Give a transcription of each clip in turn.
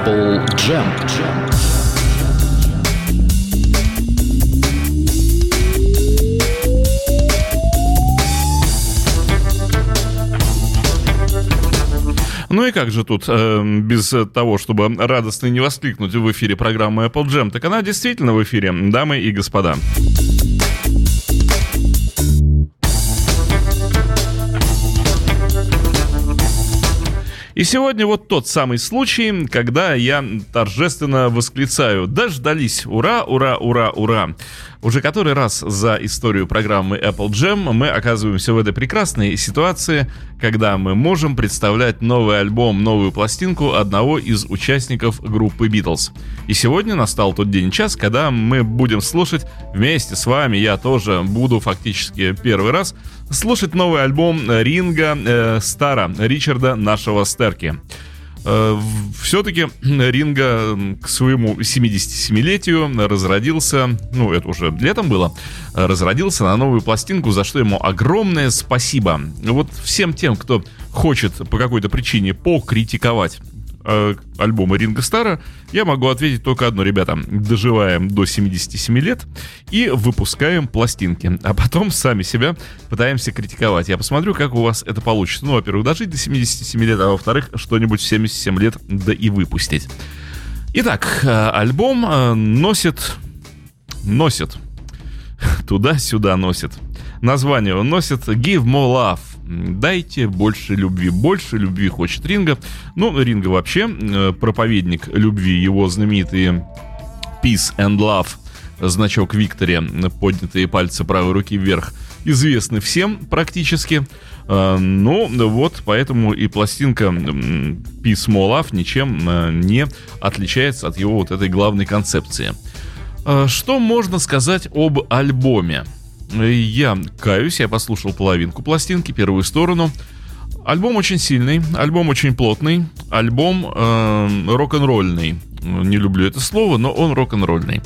Apple Jam. Ну и как же тут без того, чтобы радостно не воскликнуть в эфире программы Apple Jam, так она действительно в эфире, дамы и господа. И сегодня вот тот самый случай, когда я торжественно восклицаю: дождались, ура, ура, ура, ура. Уже который раз за историю программы Apple Jam мы оказываемся в этой прекрасной ситуации, когда мы можем представлять новый альбом, новую пластинку одного из участников группы Beatles. И сегодня настал тот день и час, когда мы будем слушать вместе с вами, я тоже буду фактически первый раз слушать новый альбом Ринго Старра, Ричарда нашего Стерки. Все-таки Ринго к своему 77-летию разродился, ну это уже летом было, разродился на новую пластинку, за что ему огромное спасибо. Вот всем тем, кто хочет по какой-то причине покритиковать альбомы Ринго Старра, я могу ответить только одно: ребята, доживаем до 77 лет и выпускаем пластинки, а потом сами себя пытаемся критиковать. Я посмотрю, как у вас это получится. Ну, во-первых, дожить до 77 лет, а во-вторых, что-нибудь в 77 лет да и выпустить. Итак, альбом носит туда-сюда носит. Название он носит Give More Love. Дайте больше любви. Больше любви хочет Ринго. Ну, Ринго вообще проповедник любви. Его знаменитые Peace and Love, значок Виктори, поднятые пальцы правой руки вверх, известны всем практически. Ну, вот поэтому и пластинка Peace More Love ничем не отличается от его вот этой главной концепции. Что можно сказать об альбоме? Я каюсь, я послушал половинку пластинки, первую сторону. Альбом очень сильный, альбом очень плотный, альбом рок-н-ролльный. Не люблю это слово, но он рок-н-ролльный.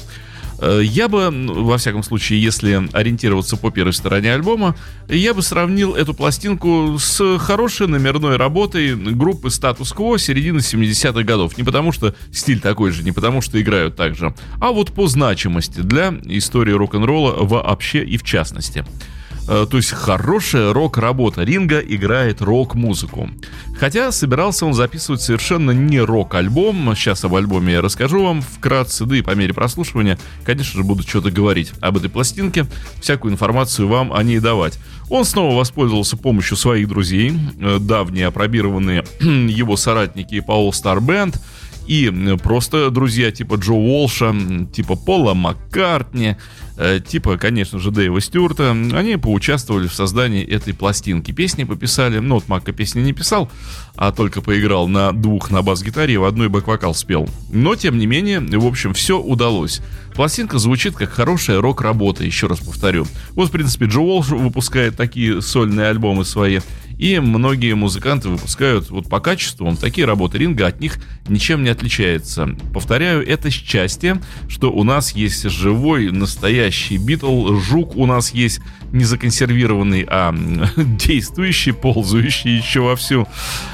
Я бы, во всяком случае, если ориентироваться по первой стороне альбома, я бы сравнил эту пластинку с хорошей номерной работой группы Status Quo середины 70-х годов. Не потому что стиль такой же, не потому что играют так же, а вот по значимости для истории рок-н-ролла вообще и в частности. То есть хорошая рок-работа. Ринго играет рок-музыку. Хотя собирался он записывать совершенно не рок-альбом. Сейчас об альбоме я расскажу вам вкратце. Да и по мере прослушивания, конечно же, буду что-то говорить об этой пластинке. Всякую информацию вам о ней давать. Он снова воспользовался помощью своих друзей. Давние опробированные его соратники по All Star Band. И просто друзья типа Джо Уолша, типа Пола Маккартни, типа, конечно же, Дэйва Стюарта. Они поучаствовали в создании этой пластинки. Песни пописали. Ну, вот Макка песни не писал, а только поиграл на двух на бас-гитаре и в одной бэк-вокал спел. Но, тем не менее, в общем, все удалось. Пластинка звучит как хорошая рок-работа, еще раз повторю. Вот, в принципе, Джо Уолш выпускает такие сольные альбомы свои. И многие музыканты выпускают вот по качеству такие работы. Ринго от них ничем не отличается. Повторяю, это счастье, что у нас есть живой, настоящий Битл. Жук у нас есть не законсервированный, а действующий, ползающий еще вовсю.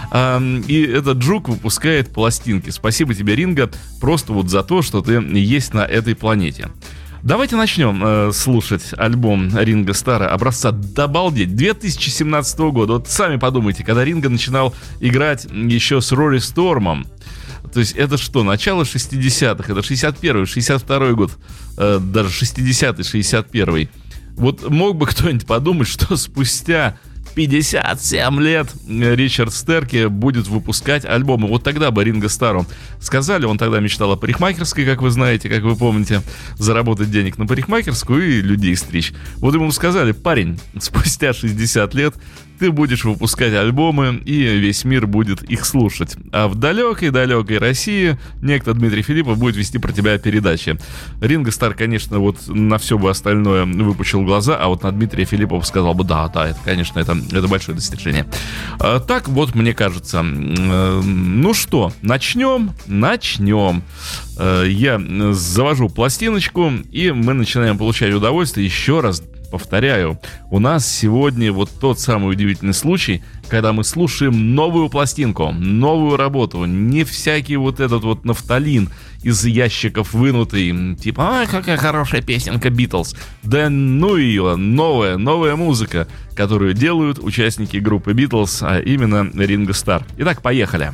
И этот жук выпускает пластинки. Спасибо тебе, Ринго, просто вот за то, что ты есть на этой планете. Давайте начнем слушать альбом Ринго Старра образца «Добалдеть» 2017 года. Вот сами подумайте, когда Ринго начинал играть еще с Рори Стормом. То есть это что, начало 60-х, это 61-й, 62-й год, даже 60-й, 61-й. Вот мог бы кто-нибудь подумать, что спустя 57 лет Ричард Стерки будет выпускать альбомы. Вот тогда бы Ринго Старру сказали, он тогда мечтал о парикмахерской, как вы знаете, как вы помните, заработать денег на парикмахерскую и людей стричь. Вот ему сказали: парень, спустя 60 лет ты будешь выпускать альбомы, и весь мир будет их слушать. А в далекой-далекой России некто Дмитрий Филиппов будет вести про тебя передачи. Ринго Старр, конечно, вот на все бы остальное выпучил глаза, а вот на Дмитрия Филиппова сказал бы: да, это, конечно, это большое достижение. Так вот, мне кажется. Ну что, начнем. Я завожу пластиночку, и мы начинаем получать удовольствие. Еще раз повторяю, у нас сегодня вот тот самый удивительный случай, когда мы слушаем новую пластинку, новую работу, не всякий вот этот вот нафталин из ящиков вынутый, типа, ай, какая хорошая песенка Битлз. Да ну ее, новая музыка, которую делают участники группы Битлз, а именно Ринго Старр. Итак, поехали.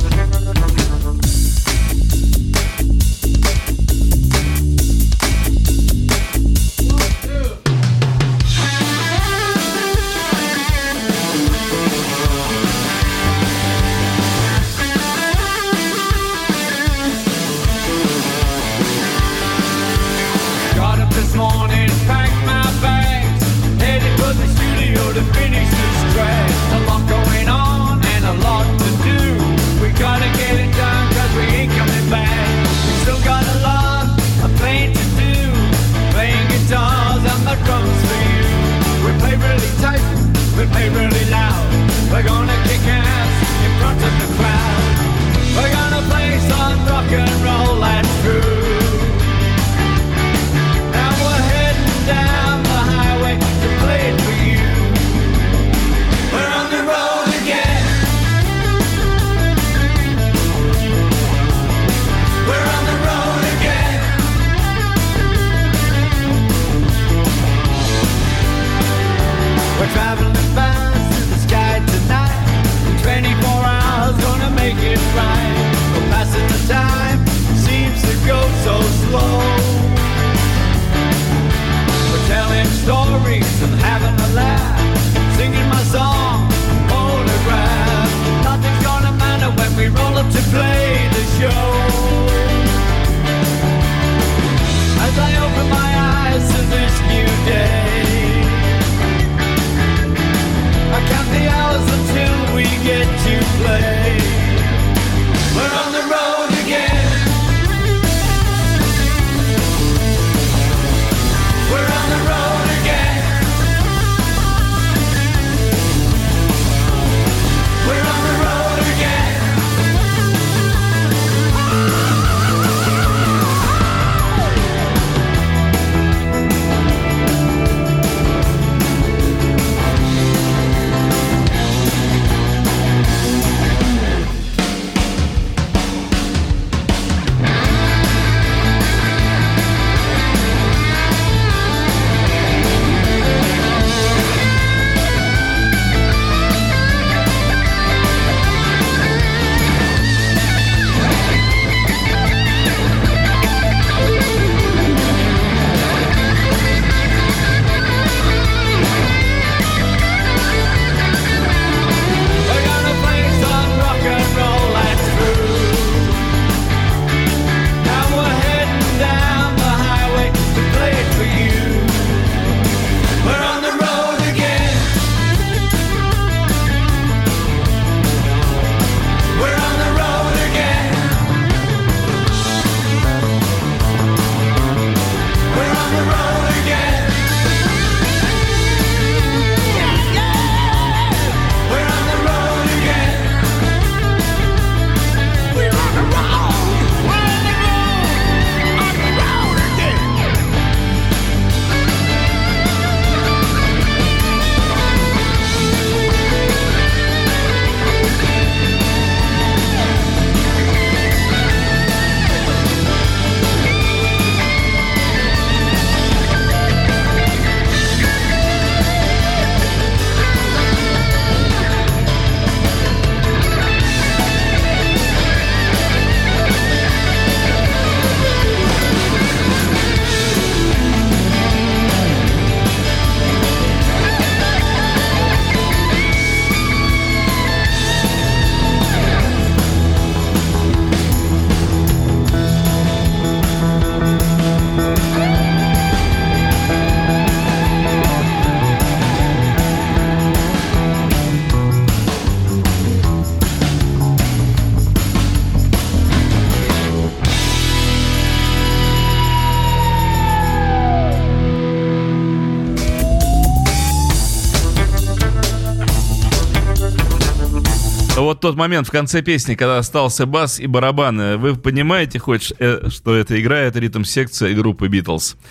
Вот тот момент в конце песни, когда остался бас и барабаны, вы понимаете хоть, что это играет ритм-секция группы Битлз?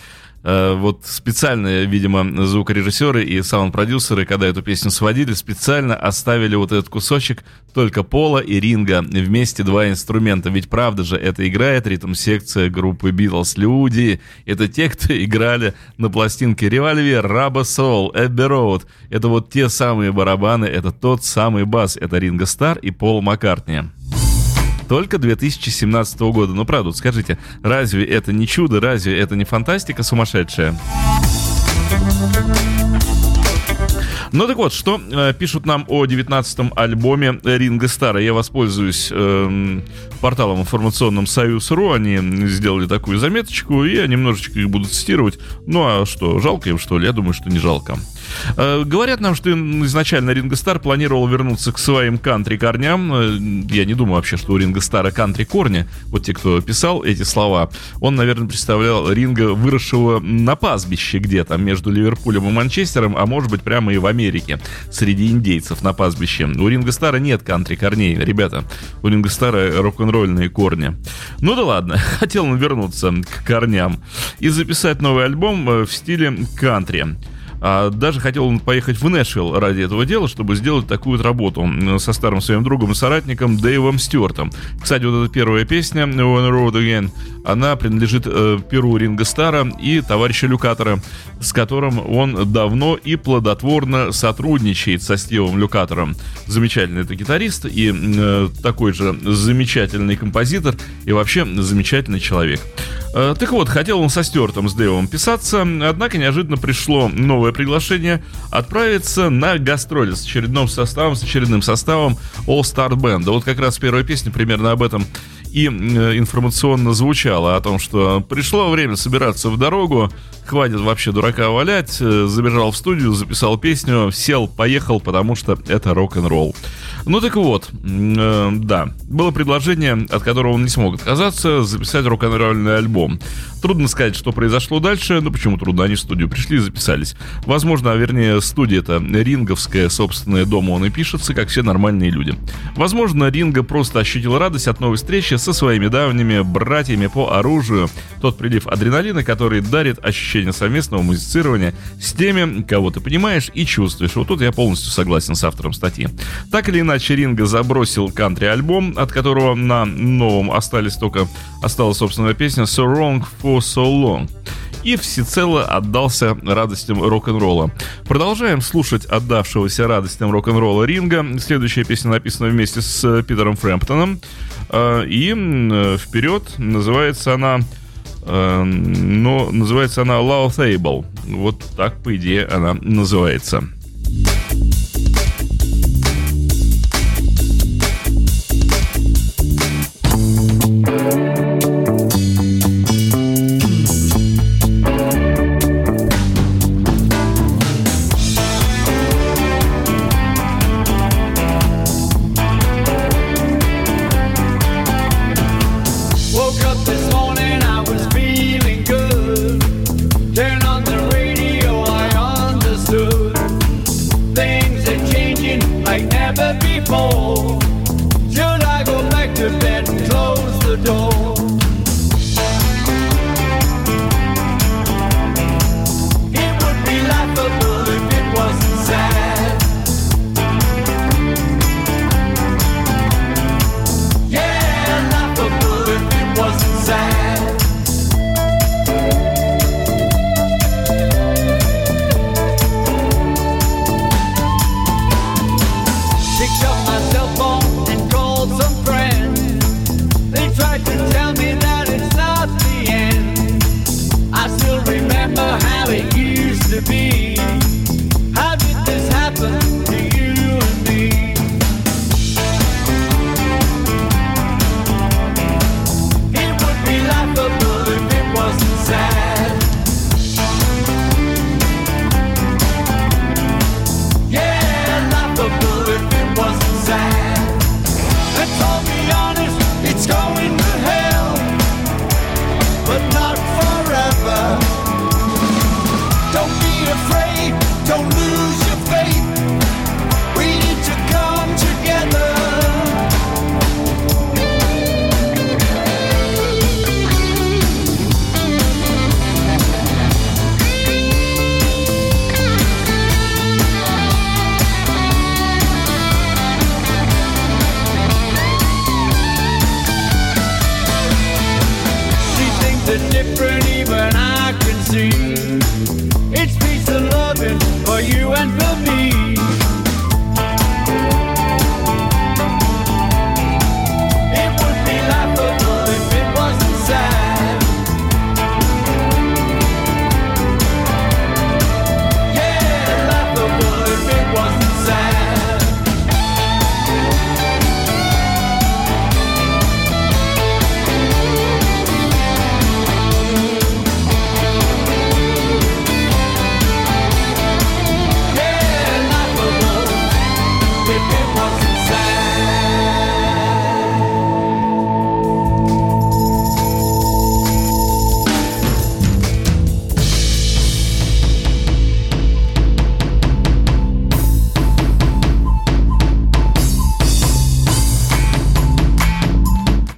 Вот специально, видимо, звукорежиссеры и саунд-продюсеры, когда эту песню сводили, специально оставили вот этот кусочек только Пола и Ринга вместе, два инструмента. Ведь правда же, это играет ритм-секция группы Beatles. Люди, это те, кто играли на пластинке Revolver, Rubber Soul, Abbey Road. Это вот те самые барабаны, это тот самый бас. Это Ринго Старр и Пол Маккартни. Только 2017 года. Ну, правда, скажите, разве это не чудо, разве это не фантастика сумасшедшая? Ну так вот, что пишут нам о 19-м альбоме Ринго Старра. Я воспользуюсь порталом информационным Союз.ру. Они сделали такую заметочку, и я немножечко их буду цитировать. Ну а что, жалко им, что ли? Я думаю, что не жалко. Говорят нам, что изначально Ринго Старр планировал вернуться к своим кантри-корням. Я не думаю вообще, что у Ринго Старра кантри-корни. Вот те, кто писал эти слова, он, наверное, представлял Ринго, выросшего на пастбище где-то между Ливерпулем и Манчестером, а может быть, прямо и в Америке, среди индейцев на пастбище. У Ринго Старра нет кантри-корней, ребята. У Ринго Старра рок-н-ролльные корни. Ну да ладно, хотел он вернуться к корням и записать новый альбом в стиле кантри. Даже хотел он поехать в Нэшвилл ради этого дела, чтобы сделать такую вот работу со старым своим другом и соратником Дэйвом Стюартом. Кстати, вот эта первая песня «On the Road Again», она принадлежит перу Ринго Старра и товарища Лукатера, с которым он давно и плодотворно сотрудничает, со Стивом Лукатером. Замечательный это гитарист и такой же замечательный композитор и вообще замечательный человек. Так вот, хотел он со Стюартом, с Дэйвом писаться, однако неожиданно пришло новое приглашение отправиться на гастроли с очередным составом All Star Band. Вот как раз первая песня примерно об этом и информационно звучала, о том, что пришло время собираться в дорогу, хватит вообще дурака валять, забежал в студию, записал песню, сел, поехал, потому что это рок-н-ролл. Ну так вот, да, было предложение, от которого он не смог отказаться, записать рок-н-ролльный альбом. Трудно сказать, что произошло дальше, но почему трудно, они в студию пришли и записались. Возможно, вернее, студия-то ринговская, собственная, дома он и пишется, как все нормальные люди. Возможно, Ринго просто ощутил радость от новой встречи со своими давними братьями по оружию, тот прилив адреналина, который дарит ощущение совместного музицирования с теми, кого ты понимаешь и чувствуешь. Вот тут я полностью согласен с автором статьи. Так или иначе, Ринго забросил кантри-альбом, от которого на новом осталась, собственная песня «So Wrong for So Long», и всецело отдался радостям рок-н-ролла. Продолжаем слушать отдавшегося радостям рок-н-ролла Ринго. Следующая песня написана вместе с Питером Фрэмптоном. И вперед, называется она Laughable. Вот так, по идее, она называется. Turn on the radio, I understood.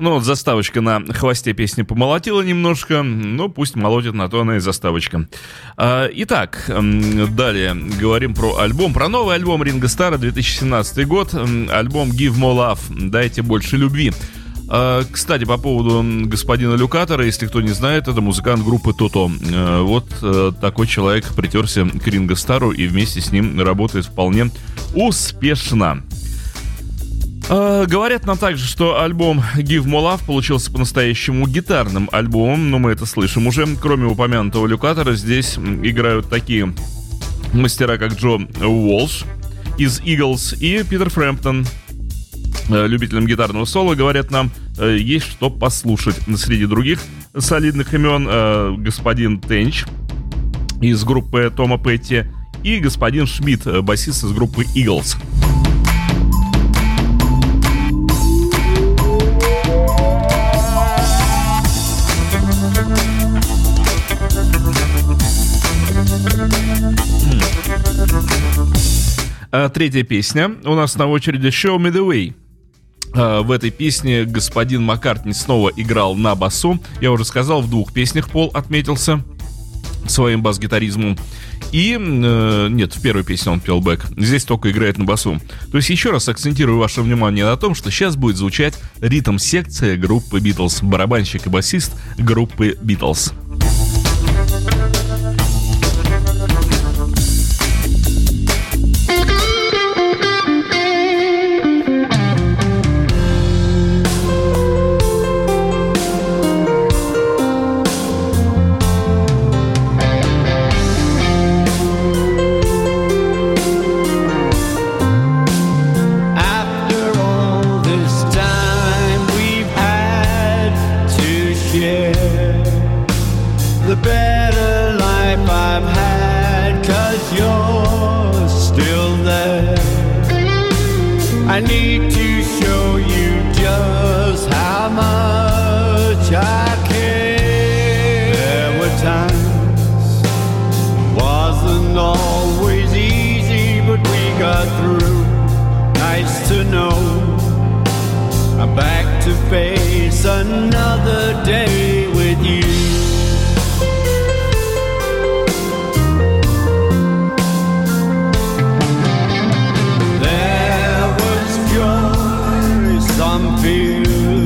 Ну, вот заставочка на хвосте песни помолотила немножко, но пусть молотит, на то она и заставочка. Итак, далее говорим про альбом, про новый альбом Ринго Старра, 2017 год, альбом Give More Love, дайте больше любви. Кстати, по поводу господина Люкатора, если кто не знает, это музыкант группы Тото. Вот такой человек притерся к Ринго Старру и вместе с ним работает вполне успешно. Говорят нам также, что альбом Give More Love получился по-настоящему гитарным альбомом, но мы это слышим уже. Кроме упомянутого Люкатора, здесь играют такие мастера, как Джо Уолш из Eagles и Питер Фрэмптон. Любителям гитарного соло, говорят нам, есть что послушать. Среди других солидных имен господин Тенч из группы Тома Петти и господин Шмидт, басист из группы Eagles. Третья песня у нас на очереди «Show Me The Way». В этой песне господин Маккартни снова играл на басу. Я уже сказал, в 2 песнях Пол отметился своим бас-гитаризмом. И, нет, в первой песне он пел бэк. Здесь только играет на басу. То есть еще раз акцентирую ваше внимание на том, что сейчас будет звучать ритм-секция группы Битлз. Барабанщик и басист группы Битлз. I need to show you just how much I care. There were times, wasn't always easy, but we got through. Nice to know I'm back to face another day with you. Some fear.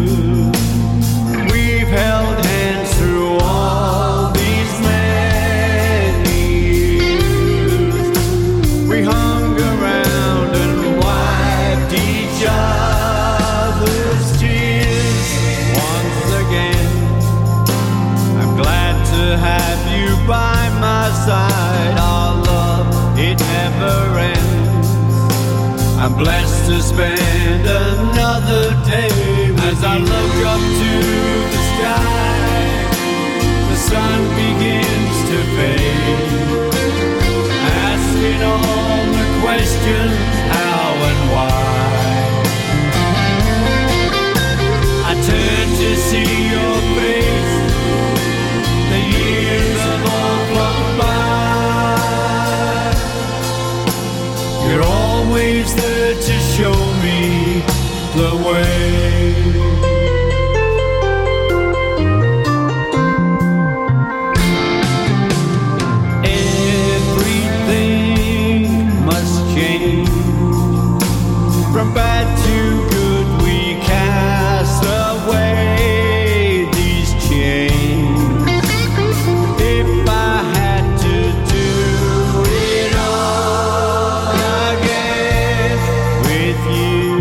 We've held hands through all these many years. We hung around and wiped each other's tears. Once again, I'm glad to have you by my side. Our love, it never ends. I'm blessed to spend another day as I look up to the sky. The sun begins to fade, asking all the questions, how and why. I turn to see your face. The years have all flown by. You're always there to show me the way. Everything must change. From bad to good we cast away these chains. If I had to do it all again with you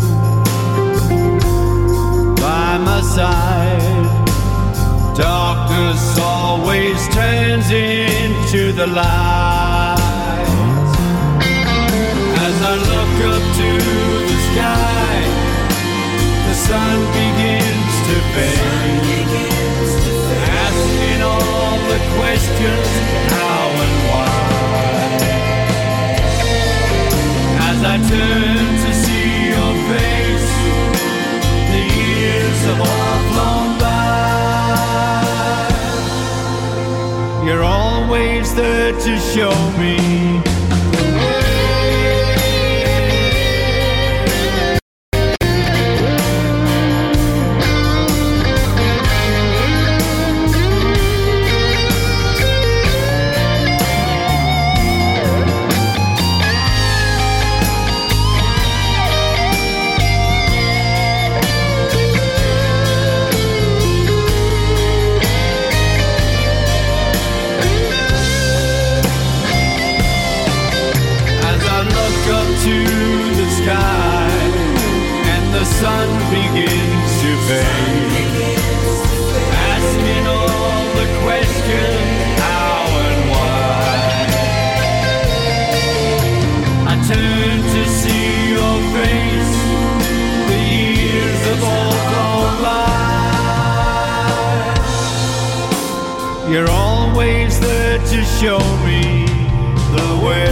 by my side, darkness always turns into the light. As I look up to the sky, the sun begins to fade, asking all the questions, how and why. As I turn to see your face, the years have all flown by. You're always there to show me. face, asking all the questions, how and why. I turn to see your face, the years have all gone by. You're always there to show me the way.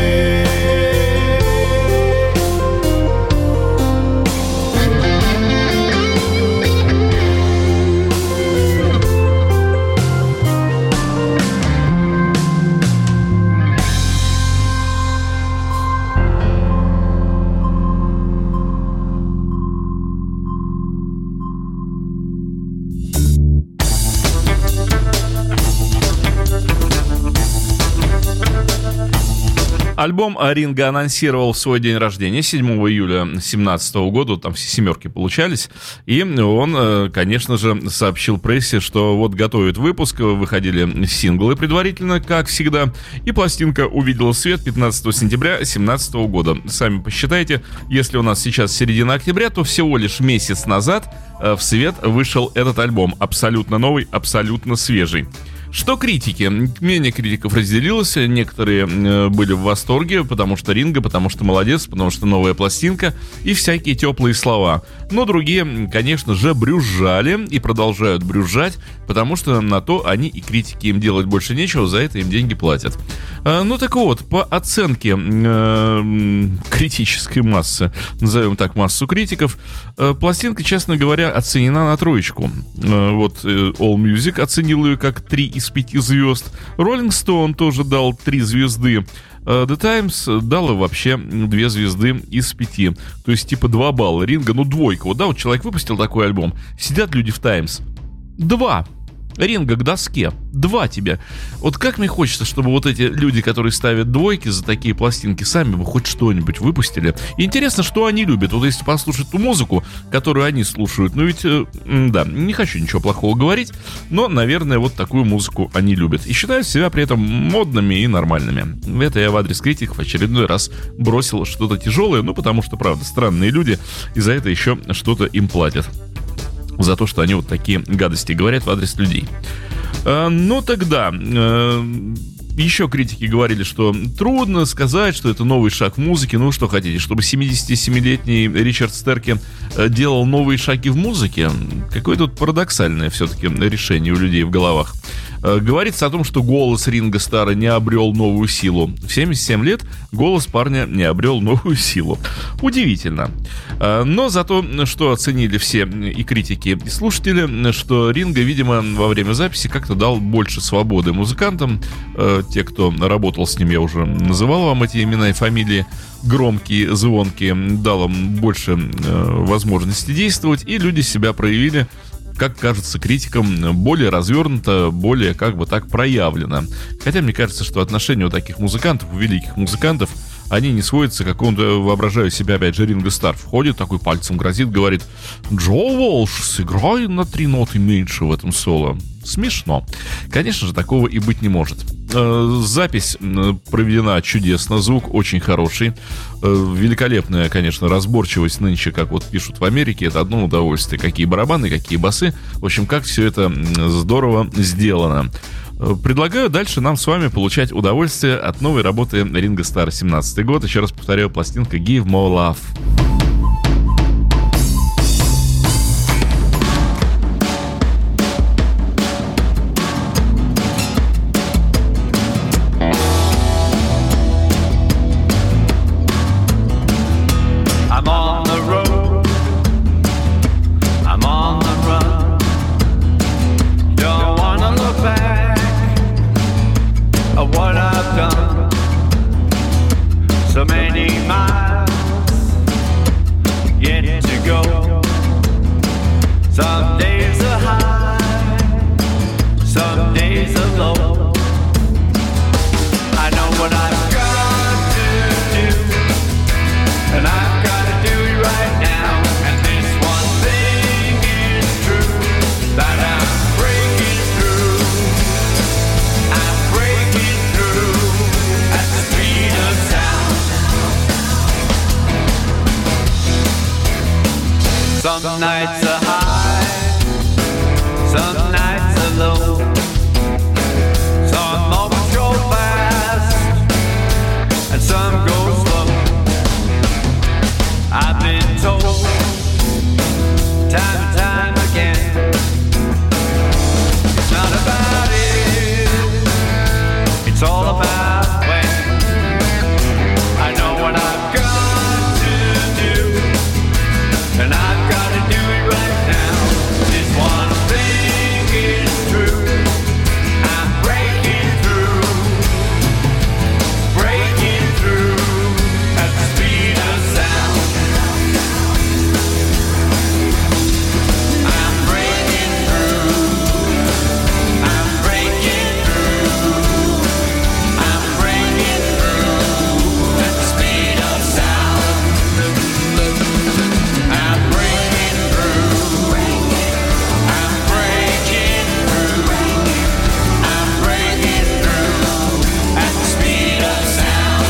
Альбом Ринго анонсировал в свой день рождения 7 июля 2017 года, там все семерки получались, и он, конечно же, сообщил прессе, что вот готовит выпуск, выходили синглы предварительно, как всегда, и пластинка увидела свет 15 сентября 2017 года. Сами посчитайте, если у нас сейчас середина октября, то всего лишь месяц назад в свет вышел этот альбом, абсолютно новый, абсолютно свежий. Что критики? Мнение критиков разделилось. Некоторые были в восторге, потому что Ринго, потому что молодец, потому что новая пластинка и всякие теплые слова. Но другие, конечно же, брюзжали и продолжают брюзжать, потому что на то они и критики, им делать больше нечего, за это им деньги платят. Ну так вот, по оценке критической массы, назовем так массу критиков, пластинка, честно говоря, оценена на 3. Вот AllMusic оценил ее как 3 из 5 звезд. Rolling Stone тоже дал 3 звезды. The Times дала вообще 2 звезды из 5. То есть типа 2 балла. Ринго, ну 2. Вот да, вот человек выпустил такой альбом. Сидят люди в Times. 2. Ринго к доске. 2 тебе. Вот как мне хочется, чтобы вот эти люди, которые ставят 2 за такие пластинки, сами бы хоть что-нибудь выпустили. И интересно, что они любят. Вот если послушать ту музыку, которую они слушают, ну ведь, да, не хочу ничего плохого говорить, но, наверное, вот такую музыку они любят. И считают себя при этом модными и нормальными. Это я в адрес критиков очередной раз бросил что-то тяжелое, ну потому что, правда, странные люди, и за это еще что-то им платят. За то, что они вот такие гадости говорят в адрес людей. Ну тогда, еще критики говорили, что трудно сказать, что это новый шаг в музыке. Ну что хотите, чтобы 77-летний Ричард Стерки делал новые шаги в музыке? Какое-то тут парадоксальное все-таки решение у людей в головах. Говорится о том, что голос Ринго Старра не обрел новую силу. В 77 лет голос парня не обрел новую силу. Удивительно. Но зато, что оценили все и критики, и слушатели, что Ринго, видимо, во время записи как-то дал больше свободы музыкантам. Те, кто работал с ним, я уже называл вам эти имена и фамилии, громкие, звонкие, дал им больше возможности действовать, и люди себя проявили, как кажется критикам, более развернуто, более как бы так проявлено. Хотя мне кажется, что отношения у таких музыкантов, у великих музыкантов, они не сводятся к какому-то, воображаю себя, опять же, Ринго Старр входит, такой пальцем грозит, говорит: «Джо Уолш, сыграй на 3 ноты меньше в этом соло». Смешно. Конечно же, такого и быть не может. Запись проведена чудесно, звук очень хороший. Великолепная, конечно, разборчивость нынче, как вот пишут в Америке, это одно удовольствие. Какие барабаны, какие басы. В общем, как все это здорово сделано. Предлагаю дальше нам с вами получать удовольствие от новой работы Ринго Старр, 17 год. Еще раз повторяю, пластинка Give More Love. Some nights are high. Some nights alone, some moments go fast, and some go slow. I've been told time and time again, it's not about it, it's all about when. I know what I've got to do, and I've got to do it right now. This one thing is true, I'm breaking through at the speed of sound. I'm breaking through at the speed of sound. I'm breaking through at the speed of sound.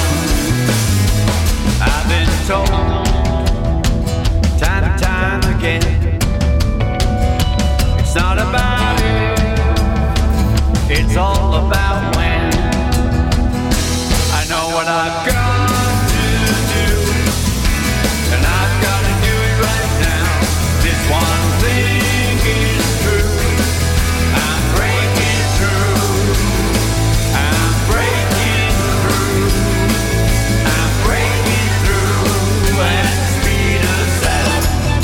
I've been told time and time again, it's not about it, it's all about when. I know what I've got to do, and I've got to do it right now. This one thing is true, I'm breaking through at the speed of sound.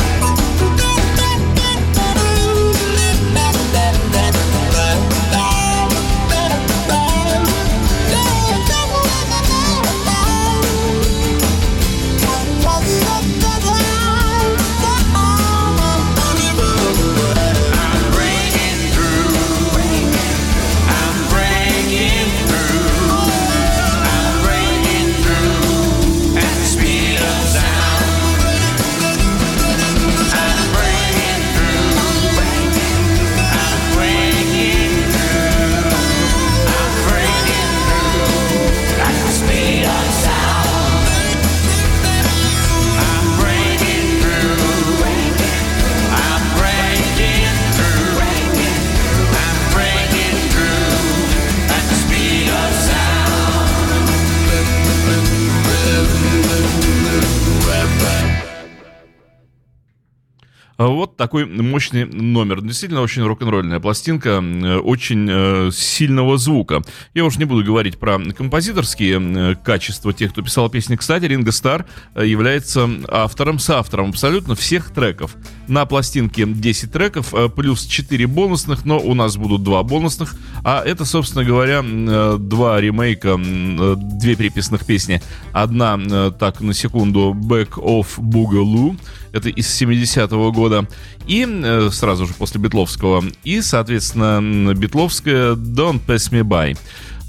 Вот такой мощный номер. Действительно, очень рок-н-ролльная пластинка, очень сильного звука. Я уж не буду говорить про композиторские качества тех, кто писал песни. Кстати, Ринго Старр является соавтором абсолютно всех треков. На пластинке 10 треков, плюс 4 бонусных, но у нас будут 2 бонусных. А это, собственно говоря, 2 ремейка, 2 переписанных песни. Одна, так, на секунду, Back of Boogaloo. Это из 70-го года. И сразу же после Битловского. И, соответственно, битловская Don't Pass Me By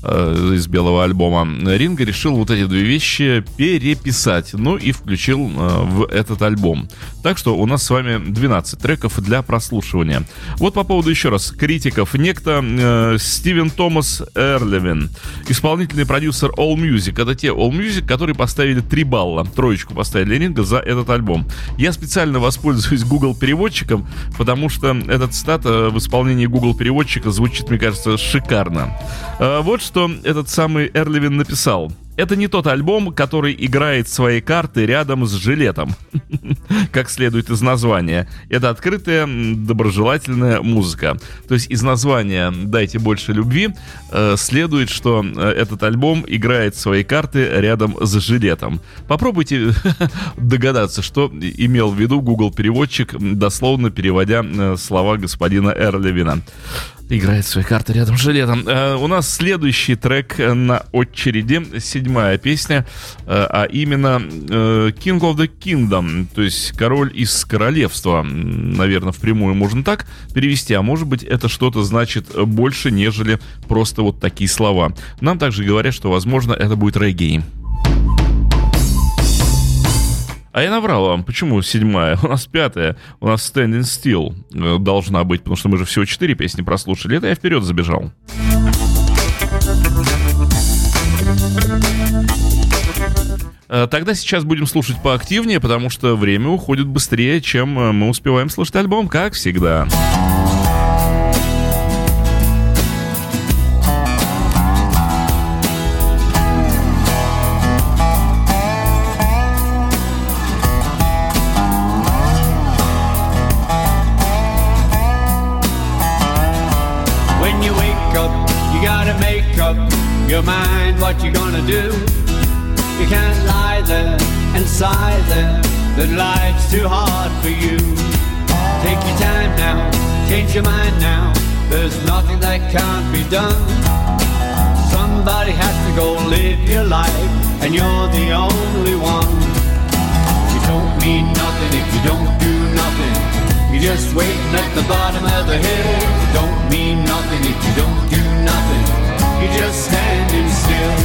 из белого альбома. Ринго решил вот эти 2 вещи переписать, ну и включил в этот альбом. Так что у нас с вами 12 треков для прослушивания. Вот по поводу еще раз критиков. Некто Стивен Томас Эрлевин, исполнительный продюсер All Music. Это те All Music, которые поставили 3 балла, 3 поставили Ринго за этот альбом. Я специально воспользуюсь Google переводчиком, потому что этот цитат в исполнении Google переводчика звучит, мне кажется, шикарно. Вот что этот самый Эрлевин написал. Это не тот альбом, который играет свои карты рядом с жилетом, как следует из названия. Это открытая, доброжелательная музыка. То есть из названия «Дайте больше любви» следует, что этот альбом играет свои карты рядом с жилетом. Попробуйте догадаться, что имел в виду Google переводчик, дословно переводя слова господина Эрлевина. Играет свои карты рядом с жилетом. У нас следующий трек на очереди, 7-я песня, а именно King of the Kingdom, то есть король из королевства. Наверное, впрямую можно так перевести, а может быть это что-то значит больше, нежели просто вот такие слова. Нам также говорят, что, возможно, это будет регги. А я наврал вам. Почему 7-я? У нас 5-я. У нас Standing Still должна быть, потому что мы же всего 4 песни прослушали. Это я вперед забежал. Тогда сейчас будем слушать поактивнее, потому что время уходит быстрее, чем мы успеваем слушать альбом, как всегда. your mind what you're gonna do. You can't lie there and sigh there, that life's too hard for you. Take your time now, change your mind now, there's nothing that can't be done. Somebody has to go live your life, and you're the only one. You don't mean nothing if you don't do nothing. You're just waiting at the bottom of the hill. You don't mean nothing if you don't do nothing. You're just standing still.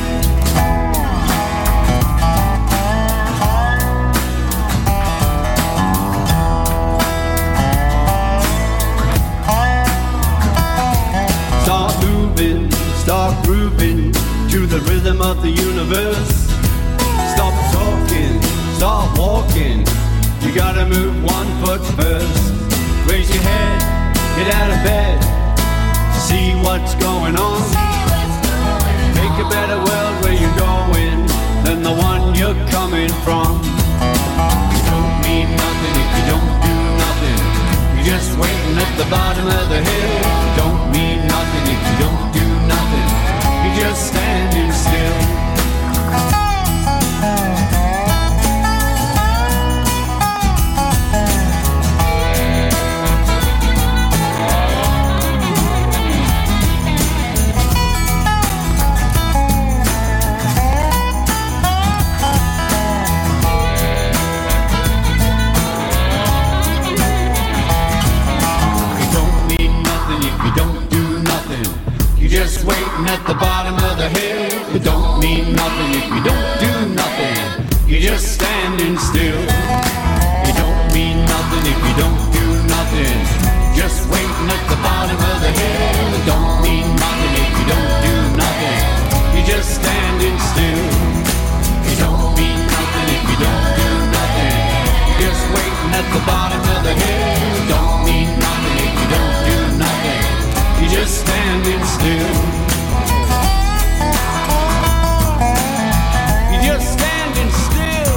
Start grooving to the rhythm of the universe. Stop talking, start walking. You gotta move one foot first. Raise your head, get out of bed, see what's going on. Make a better world where you're going than the one you're coming from. You don't mean nothing if you don't do nothing. You're just waiting at the bottom of the hill. You don't mean nothing if you don't do nothing. You're just standing still. Just waiting at the bottom of the hill. It don't mean nothing if you don't do nothing. You're just standing still. It don't mean nothing if you don't do nothing. Just waiting at the bottom of the hill. It don't mean nothing if you don't do nothing. You're just standing still. It don't mean nothing if you don't do nothing. Just waiting at the bottom of the hill. It don't mean nothing if you don't do nothing. You're just standing still. You're just standing still.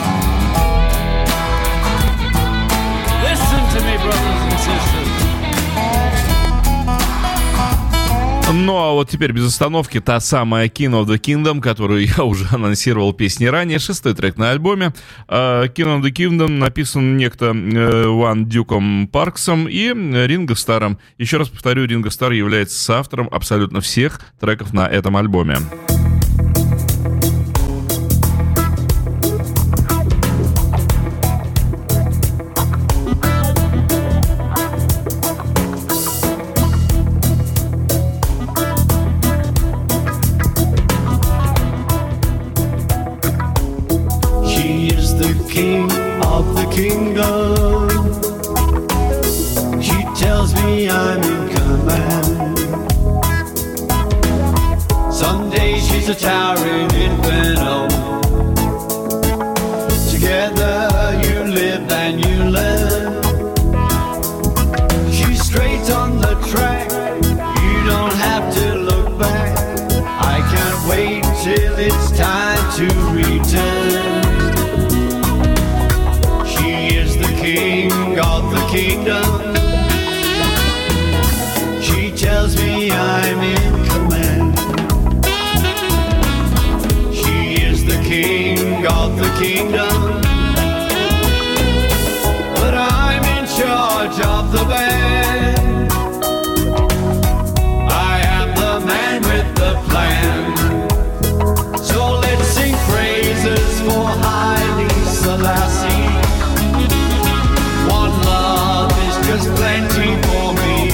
Listen to me, brothers and sisters. Ну а вот теперь без остановки та самая King of the Kingdom, которую я уже анонсировал песни ранее, 6-й трек на альбоме. King of the Kingdom написан некто Ван Дюком Парксом и Ринго Старром. Еще раз повторю, Ринго Старр является соавтором абсолютно всех треков на этом альбоме. King of the kingdom, she tells me I'm in command. Some days she's a towering inferno. Together you live and you learn. She's straight on the track, you don't have to look back. I can't wait till it's time to return. King of the kingdom, she tells me I'm in command. She is the king of the kingdom, but I'm in charge of the band. I am the man with the plan. So let's sing praises for Haile Selassie. Just plenty for me.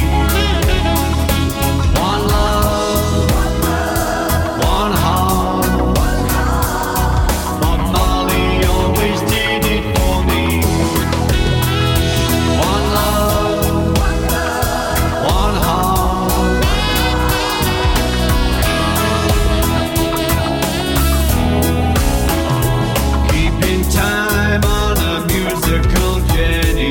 One love, one heart. Bob Marley always did it for me. One love, one heart. Keeping time on a musical journey.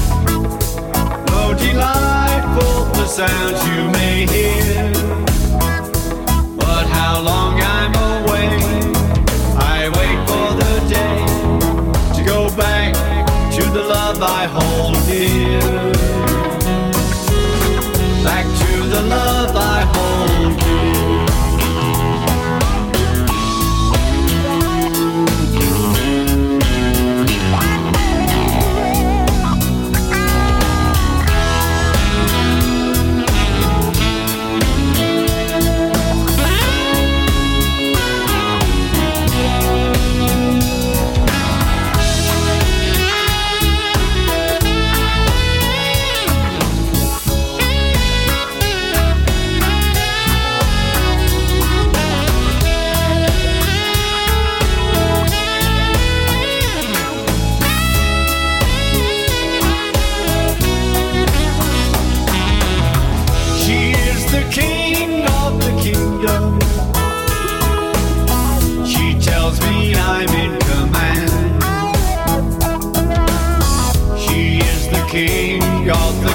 Delightful the sounds you may hear, but how long I'm away, I wait for the day to go back to the love I hold dear. Back to the love I hold dear.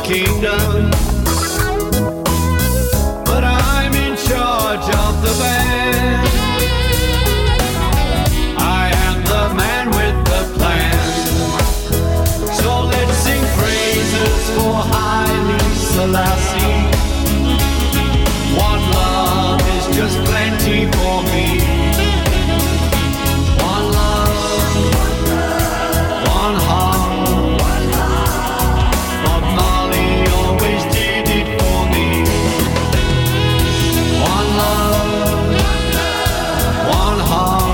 kingdom, but I'm in charge of the band. I am the man with the plan. So let's sing praises for Haile Selassie. One love is just plenty for me. One love, one heart. Bob Marley always did it for me. One love, one heart.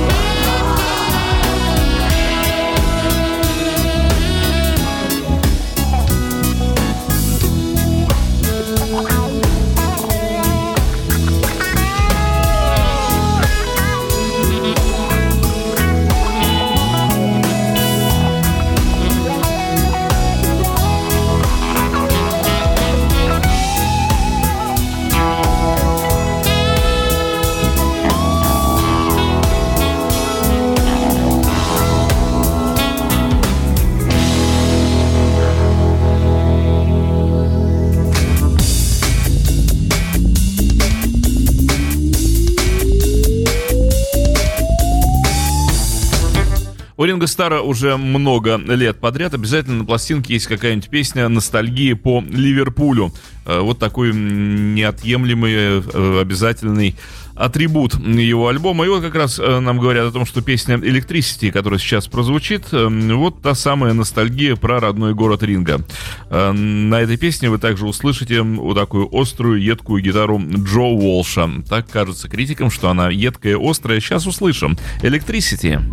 У Ринго Старра уже много лет подряд обязательно на пластинке есть какая-нибудь песня ностальгии по Ливерпулю. Вот такой неотъемлемый, обязательный атрибут его альбома. И вот как раз нам говорят о том, что песня Electricity, которая сейчас прозвучит, вот та самая ностальгия про родной город Ринго. На этой песне вы также услышите вот такую острую, едкую гитару Джо Уолша. Так кажется критикам, что она едкая, острая. Сейчас услышим. Electricity.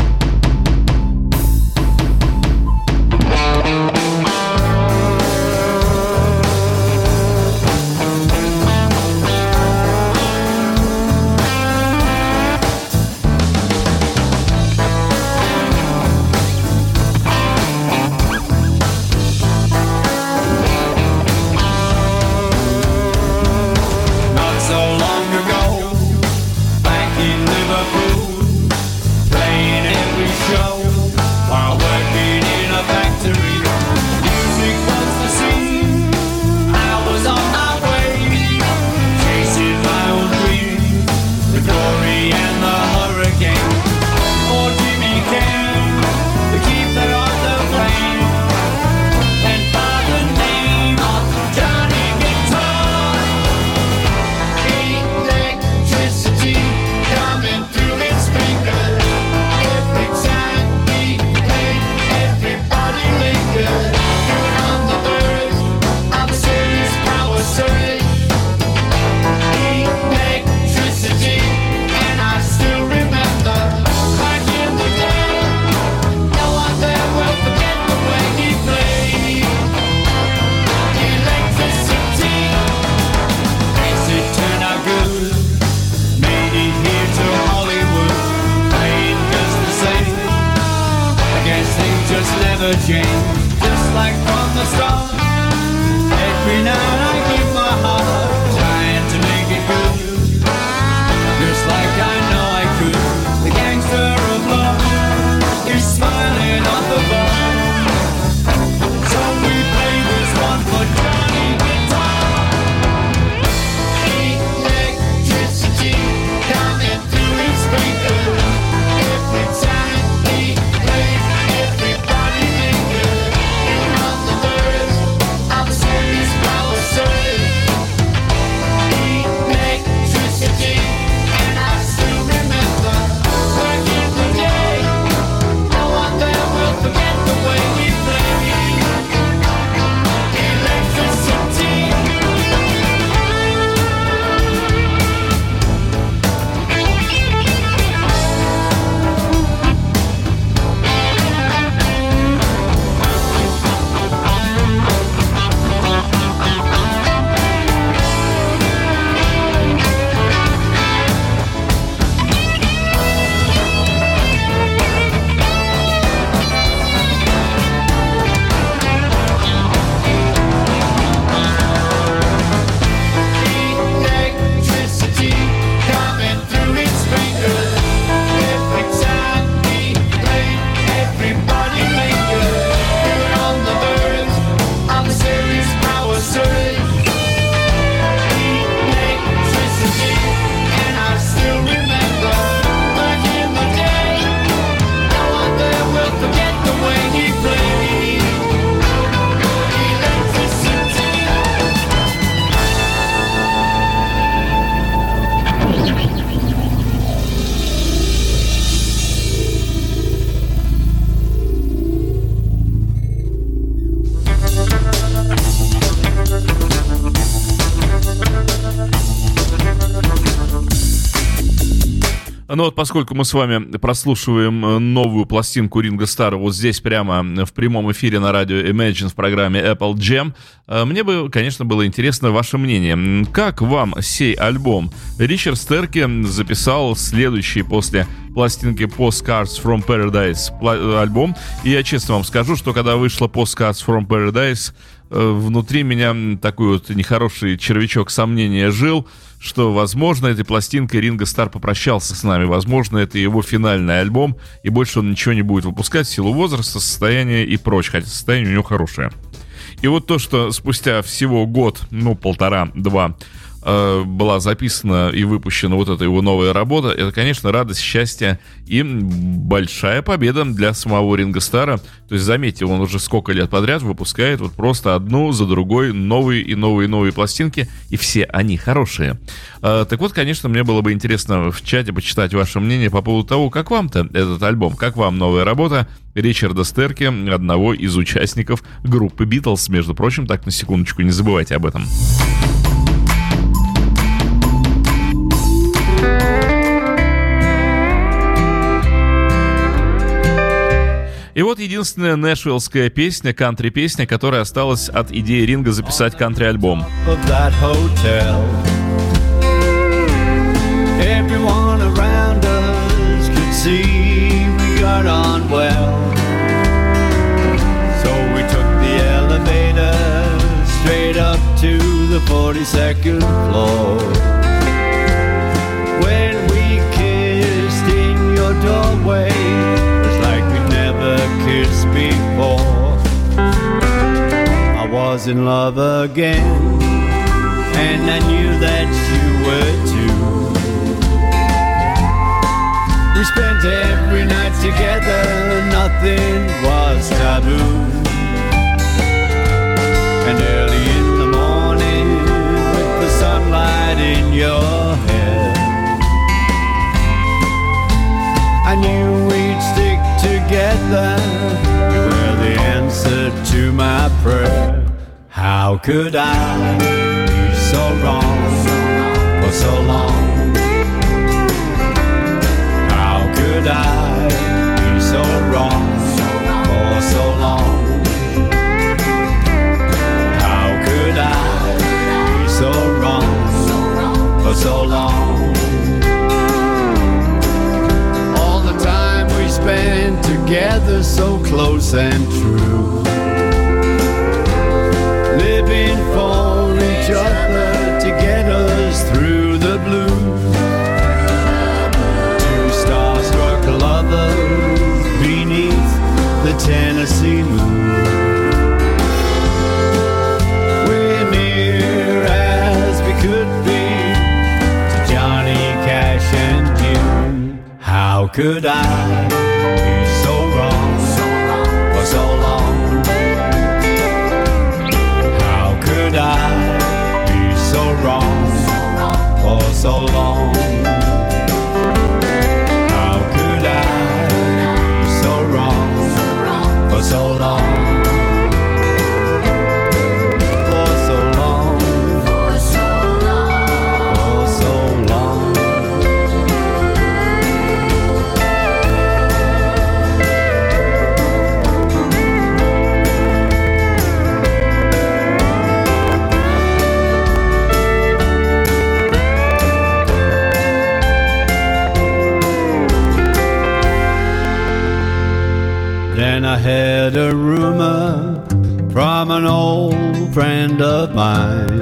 Not so long ago, back in Liverpool, playing every show while working in a factory. Music was the scene. I was on my way, chasing my own dream, the glory and the hurricane. Oh, Jimmy came to keep the other flame, and by the name of Johnny Guitar. Electricity coming through his fingers. Every time he played, everybody lingered. You're on the verge of a serious power surge. Electricity, and I still remember back in the day. No one there will forget the way he played. Electricity. Guess it turned out good. Made it here to Hollywood. Playing just the same. I guess things just never change. Just like from the start. Every night I give my heart, trying to make it good. Just like I know I could. The gangster of love is smiling on the bar. So we play this one for Johnny Guitar. Electricity coming through his fingers. Every time he plays, everybody lingers. You're on the verge Ну вот, поскольку мы с вами прослушиваем новую пластинку Ринго Старра вот здесь прямо в прямом эфире на радио Imagine в программе Apple Jam, мне бы, конечно, было интересно ваше мнение. Как вам сей альбом? Ричард Стерки записал следующий после пластинки Postcards from Paradise альбом. И я честно вам скажу, что когда вышла Postcards from Paradise, внутри меня такой вот нехороший червячок сомнения жил, что, возможно, этой пластинкой Ринго Старр попрощался с нами. Возможно, это его финальный альбом, и больше он ничего не будет выпускать в силу возраста, состояния и прочее, хотя состояние у него хорошее. И вот то, что спустя всего год, полтора-два, была записана и выпущена вот эта его новая работа, это, конечно, радость, счастье и большая победа для самого Ринго Старра. То есть, заметьте, он уже сколько лет подряд выпускает вот просто одну за другой новые и новые пластинки, и все они хорошие. Так вот, конечно, мне было бы интересно в чате почитать ваше мнение по поводу того, как вам-то этот альбом, как вам новая работа Ричарда Стерки, одного из участников группы Beatles, между прочим, так, на секундочку, не забывайте об этом. И вот единственная нэшвиллская песня, кантри-песня, которая осталась от идеи Ринго записать кантри-альбом. Before I was in love again, and I knew that you were too. We spent every night together, nothing was taboo. And early in the morning, with the sunlight in your hair, I knew we'd stick together. You were the answer to my prayer. How could I be so wrong for so long? How could I be so wrong for so long? How could I be so wrong for so long? Spent together so close and true, living for each other to get us through the blues. Two starstruck lovers beneath the Tennessee moon. We're near as we could be to Johnny Cash and June. How could I be so wrong for so long? How could I be so wrong for so long? How could I be so wrong for so long? Then I heard a rumor from an old friend of mine.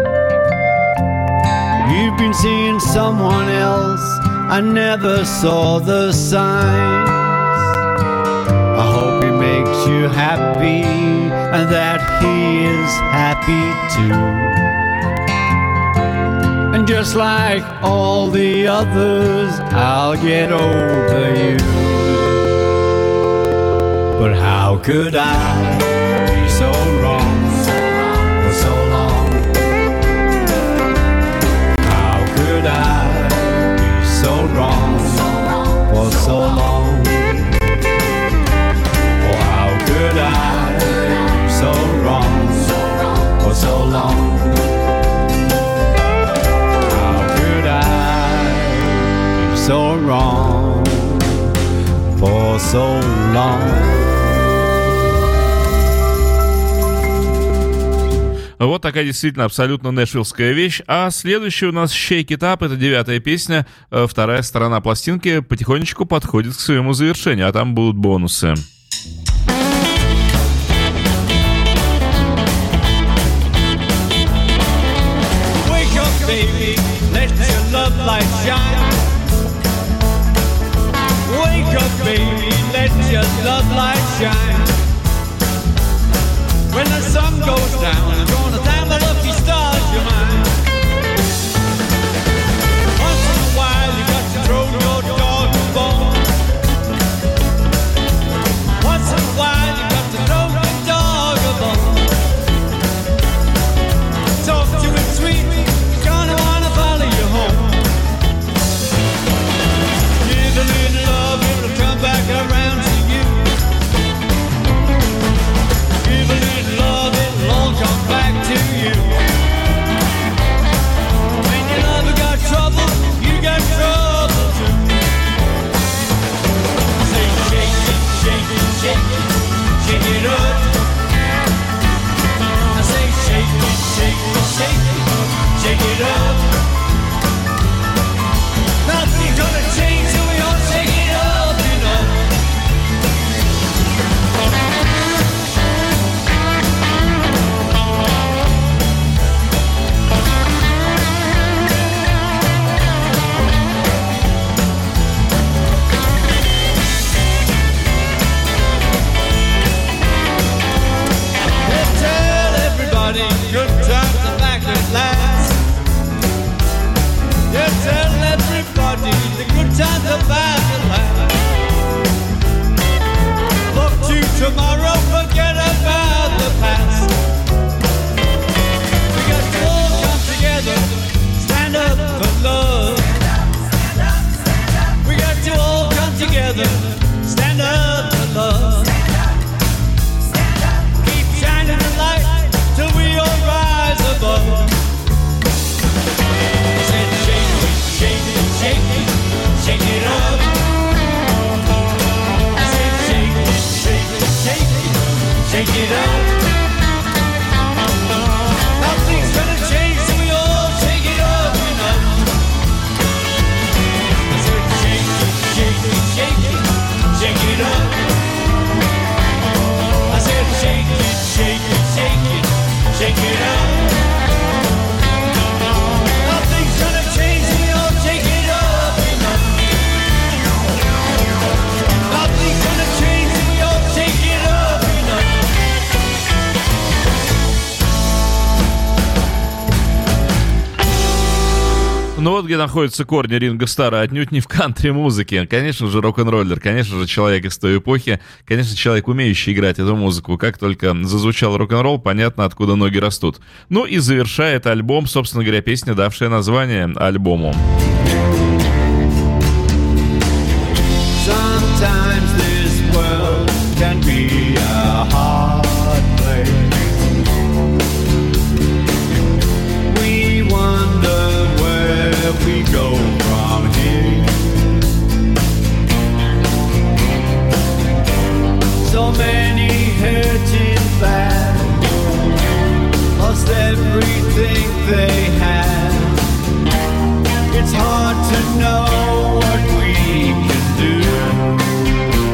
You've been seeing someone else, I never saw the signs. I hope he makes you happy and that he is happy too. And just like all the others, I'll get over you. But how could I be so wrong for so long? How could I be so wrong for so long? Oh, how could I be so wrong for so long? How could I be so wrong? long. Вот такая действительно абсолютно нэшвиллская вещь. А следующая у нас Shake It Up, это 9-я песня. Вторая сторона пластинки потихонечку подходит к своему завершению, а там будут бонусы. Wake up, baby, let your love light shine. Wake up, baby, let your love light shine. When the sun goes down, I'm gonna thank the lucky stars you're mine. Once in a while you got to throw your dog a bone. Once in a while you got to throw your dog a bone. Talk to him sweet, he's gonna wanna follow you home. Give a little love, it'll come back around to you. Give a little love, it'll all come back to you. When your lover got trouble, you got trouble too. Say shake it, shake it, shake it, shake it up. I say shake it, shake it, shake it, shake it up. Nothing's gonna change till we all shake it up, you know. Tell everybody good times are back at last. Yeah, tell everybody the good times are back at last. Look to tomorrow, forget about the past. We got to all come together, stand up for love. We got to all come together, stand up for love. Keep shining the light till we all rise above. Said shake it, shake it, shake it, shake it up. I said shake it, shake it, shake it, shake it up. Nothing's gonna change till we all shake it up, you know. I said shake it, shake it, shake it, shake it up. I said shake it, shake it, shake it, shake it up. Nothing's gonna change till we all shake it up, you know. Nothing's gonna change till we all shake it up, you know. Ну вот где находятся корни Ринго Старра, отнюдь не в кантри-музыке. Конечно же, рок-н-роллер, конечно же, человек из той эпохи, конечно, человек, умеющий играть эту музыку. Как только зазвучал рок-н-ролл, понятно, откуда ноги растут. Ну и завершает альбом, собственно говоря, песня, давшая название альбому. Sometimes this world can be a hard place. We wonder where we go from here. So many hurting bad, lost everything they had. It's hard to know what we can do.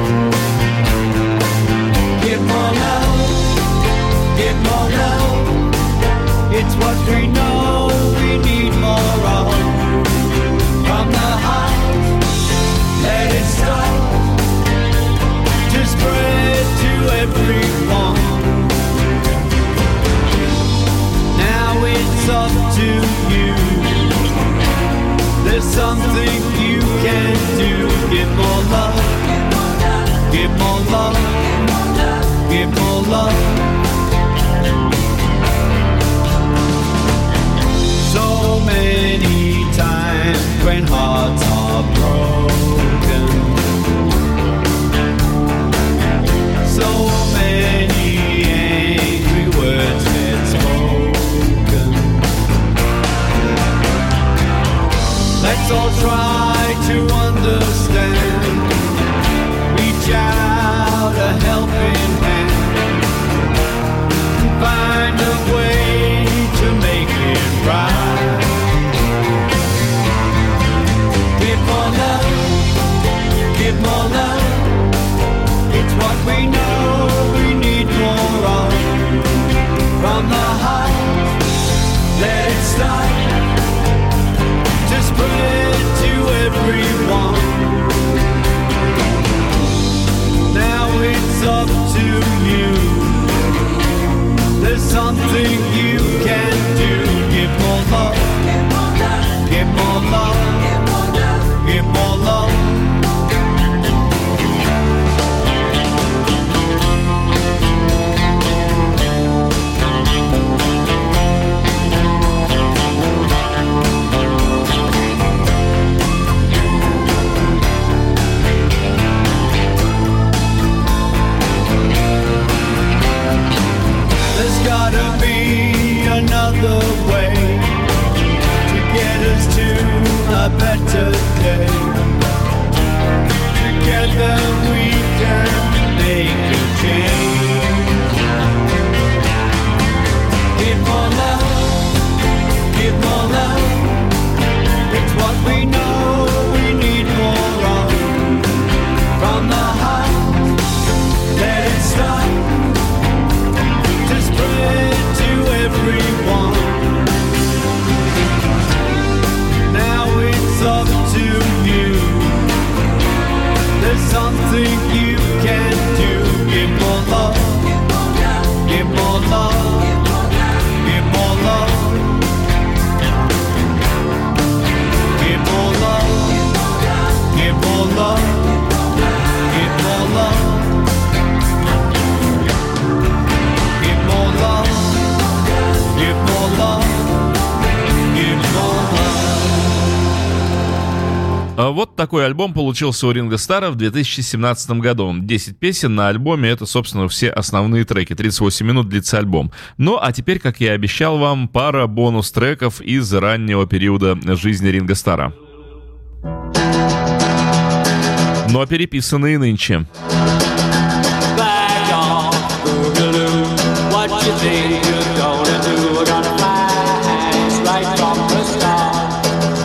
something you can do. Give more love. Give more love. Give more love. There's gotta be another way to get us to a better day. Together we can make a change. Give more love, give more love. It's what we know we need more of. From the heart, let it start to spread to everyone. Now it's up to you. There's something you can do. Give more love. Give more love. Give more love. Give more love. Give more love. Give more love. Give more love. Give more love. Give more love. Вот такой альбом получился у Ринго Старра в 2017 году. 10 песен на альбоме — это, собственно, все основные треки. 38 минут длится альбом. Ну, а теперь, как я и обещал вам, пара бонус-треков из раннего периода жизни Ринго Старра. Но переписанные нынче. Back off, Boogaloo. What you think you're gonna do? We're gonna flash right from the start.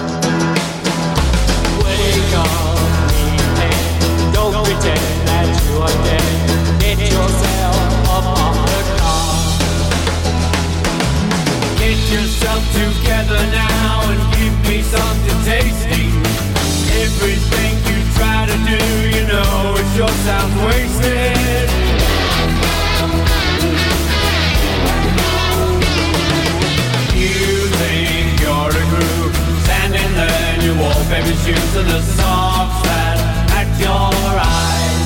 Wake up, hey, don't pretend that you are dead. Get yourself up on the car. Get yourself together now and give me something tasty. Everything you try to do, you know it sure sounds wasted. You think you're a groove, standing there in your wallpaper shoes and the socks that match your eyes.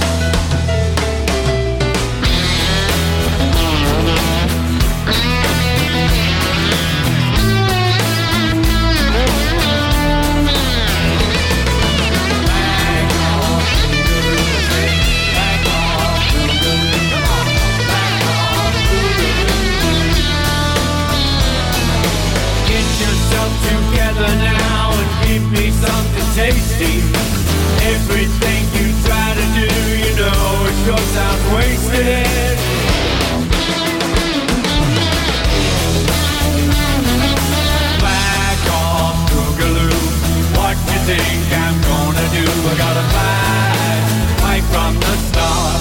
Together now and give me something tasty. Everything you try to do, you know it sure sounds wasted. Back off, Boogaloo. What you think I'm gonna do? I got a flag right from the start.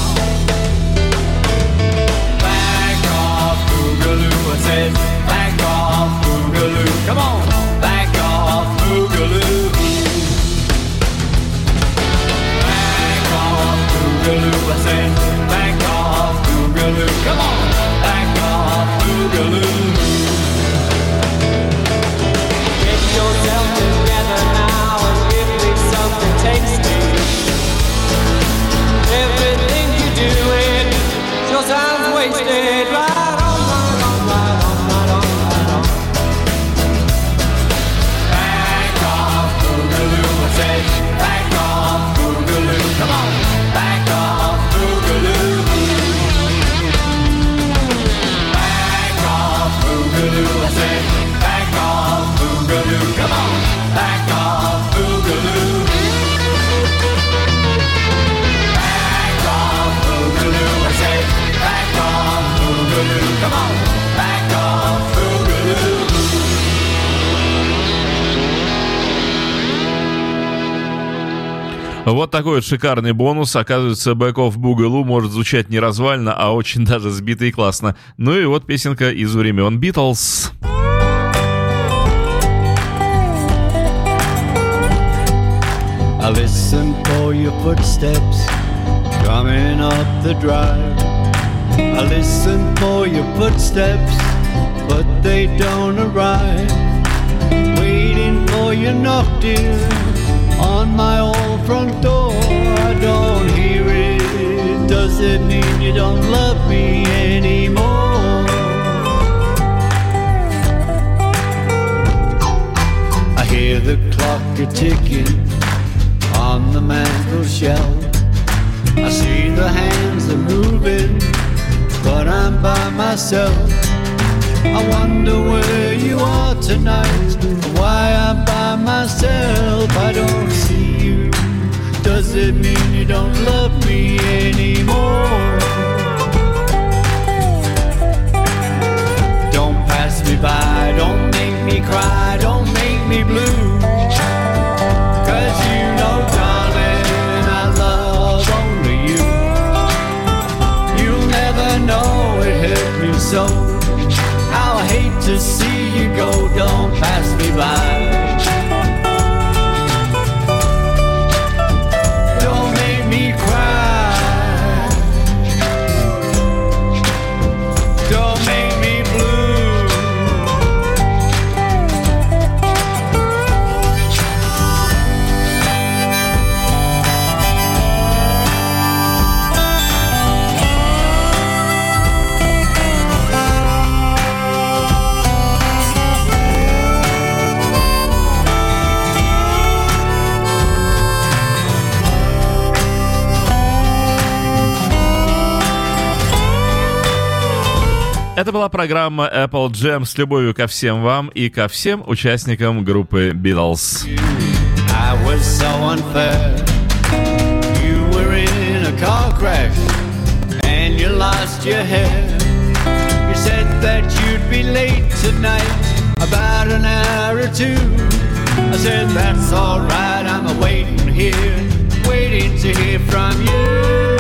Back off, Boogaloo. I said, back off, Boogaloo. Come on. Back off, Boogaloo. Back off, Boogaloo. I said, back off, Boogaloo. Come on, back off, Boogaloo. Get yourself together now and give me something tasty. Everything you do, it sure sounds wasted. Right on, right on, right on, right on, right on. Back off, Boogaloo. I said, back off, Boogaloo. Come on, back off, Boogaloo. Back off, Boogaloo. I said, back off, Boogaloo. Come on, back off, Boogaloo. Back off, Boogaloo. I said, back off, Boogaloo. Come on, back off, Boogaloo. Вот такой вот шикарный бонус. Оказывается, Back Off Boogaloo может звучать не развально, а очень даже сбито и классно. Ну и вот песенка из времен Beatles. I listen for your footsteps coming up the drive. I listen for your footsteps but they don't arrive. Waiting for your knock, dear, on my old front door. I don't hear it. Does it mean you don't love me anymore? I hear the clock a-ticking on the mantel shelf. I see the hands are moving, but I'm by myself. I wonder where you are tonight, why I'm by myself. I don't see you. Does it mean you don't love me anymore? Don't pass me by, don't make me cry, don't make me blue. 'Cause you know, darling, I love only you. You'll never know it hurt me so. How I hate to see you go, don't pass me by. Don't make me cry. Don't make me blue. Это была программа Apple Jam с любовью ко всем вам и ко всем участникам группы Beatles. I was so unfair. You were in a car crash and you lost your hair. You said that you'd be late tonight, about an hour or two. I said that's alright, I'm waiting here, waiting to hear from you.